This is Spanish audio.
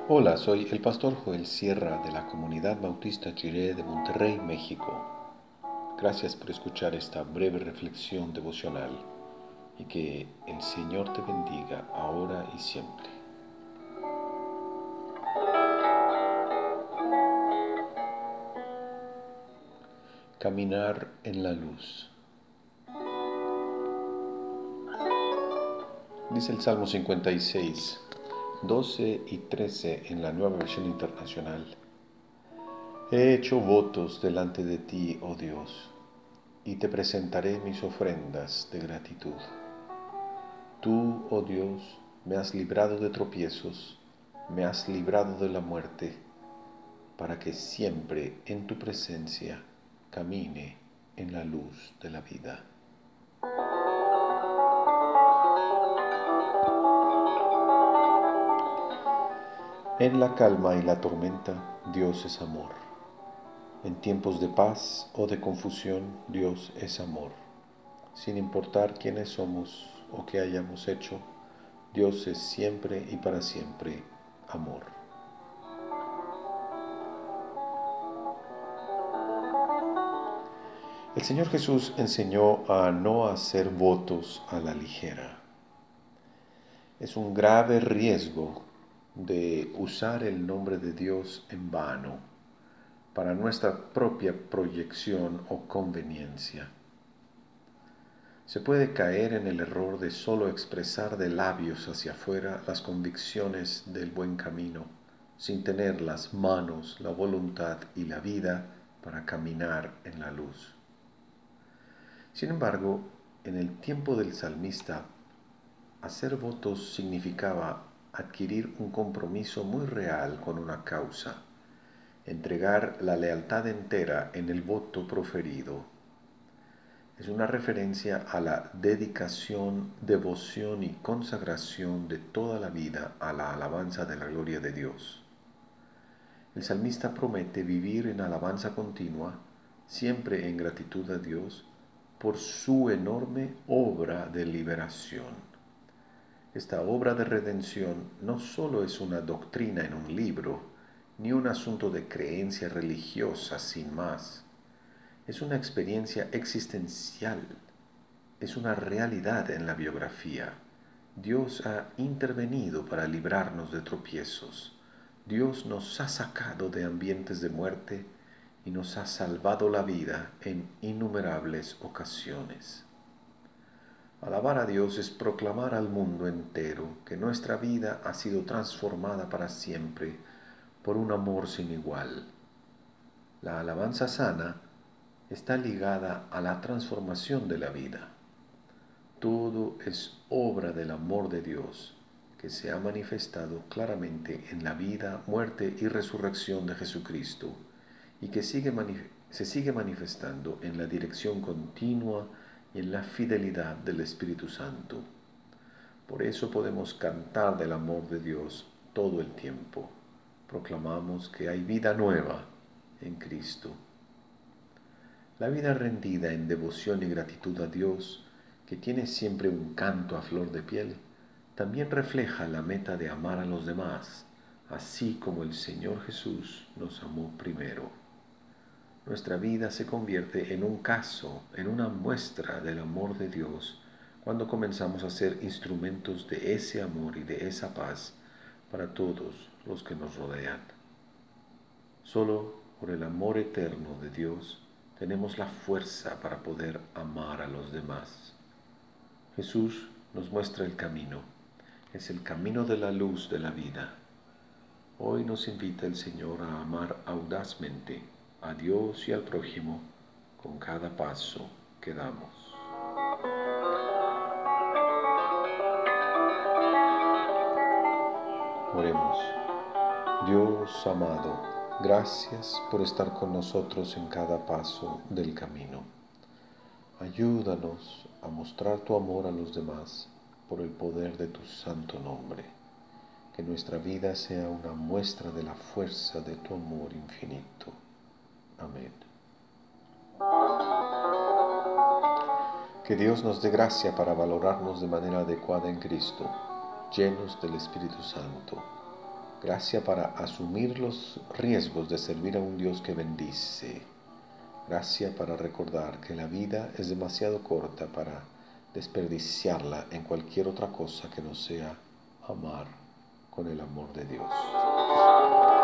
Hola, soy el pastor Joel Sierra de la Comunidad Bautista Chiré de Monterrey, México. Gracias por escuchar esta breve reflexión devocional y que el Señor te bendiga ahora y siempre. Caminar en la luz. Dice el Salmo 56, 12 y 13 en la Nueva Versión Internacional. He hecho votos delante de ti, oh Dios, y te presentaré mis ofrendas de gratitud. Tú, oh Dios, me has librado de tropiezos, me has librado de la muerte, para que siempre en tu presencia camine en la luz de la vida. En la calma y la tormenta, Dios es amor. En tiempos de paz o de confusión, Dios es amor. Sin importar quiénes somos o qué hayamos hecho, Dios es siempre y para siempre amor. El Señor Jesús enseñó a no hacer votos a la ligera. Es un grave riesgo de usar el nombre de Dios en vano para nuestra propia proyección o conveniencia. Se puede caer en el error de solo expresar de labios hacia afuera las convicciones del buen camino, sin tener las manos, la voluntad y la vida para caminar en la luz. Sin embargo, en el tiempo del salmista, hacer votos significaba adquirir un compromiso muy real con una causa, entregar la lealtad entera en el voto proferido. Es una referencia a la dedicación, devoción y consagración de toda la vida a la alabanza de la gloria de Dios. El salmista promete vivir en alabanza continua, siempre en gratitud a Dios, por su enorme obra de liberación. Esta obra de redención no solo es una doctrina en un libro, ni un asunto de creencia religiosa sin más. Es una experiencia existencial, es una realidad en la biografía. Dios ha intervenido para librarnos de tropiezos. Dios nos ha sacado de ambientes de muerte y nos ha salvado la vida en innumerables ocasiones. Alabar a Dios es proclamar al mundo entero que nuestra vida ha sido transformada para siempre por un amor sin igual. La alabanza sana está ligada a la transformación de la vida. Todo es obra del amor de Dios que se ha manifestado claramente en la vida, muerte y resurrección de Jesucristo y que se sigue manifestando en la dirección continua y en la fidelidad del Espíritu Santo. Por eso podemos cantar del amor de Dios todo el tiempo. Proclamamos que hay vida nueva en Cristo. La vida rendida en devoción y gratitud a Dios, que tiene siempre un canto a flor de piel, también refleja la meta de amar a los demás, así como el Señor Jesús nos amó primero. Nuestra vida se convierte en un caso, en una muestra del amor de Dios, cuando comenzamos a ser instrumentos de ese amor y de esa paz para todos los que nos rodean. Solo por el amor eterno de Dios tenemos la fuerza para poder amar a los demás. Jesús nos muestra el camino, es el camino de la luz de la vida. Hoy nos invita el Señor a amar audazmente a Dios y al prójimo con cada paso que damos. Oremos. Dios amado, gracias por estar con nosotros en cada paso del camino. Ayúdanos a mostrar tu amor a los demás por el poder de tu santo nombre. Que nuestra vida sea una muestra de la fuerza de tu amor infinito. Amén. Que Dios nos dé gracia para valorarnos de manera adecuada en Cristo, llenos del Espíritu Santo. Gracia para asumir los riesgos de servir a un Dios que bendice. Gracia para recordar que la vida es demasiado corta para desperdiciarla en cualquier otra cosa que no sea amar con el amor de Dios.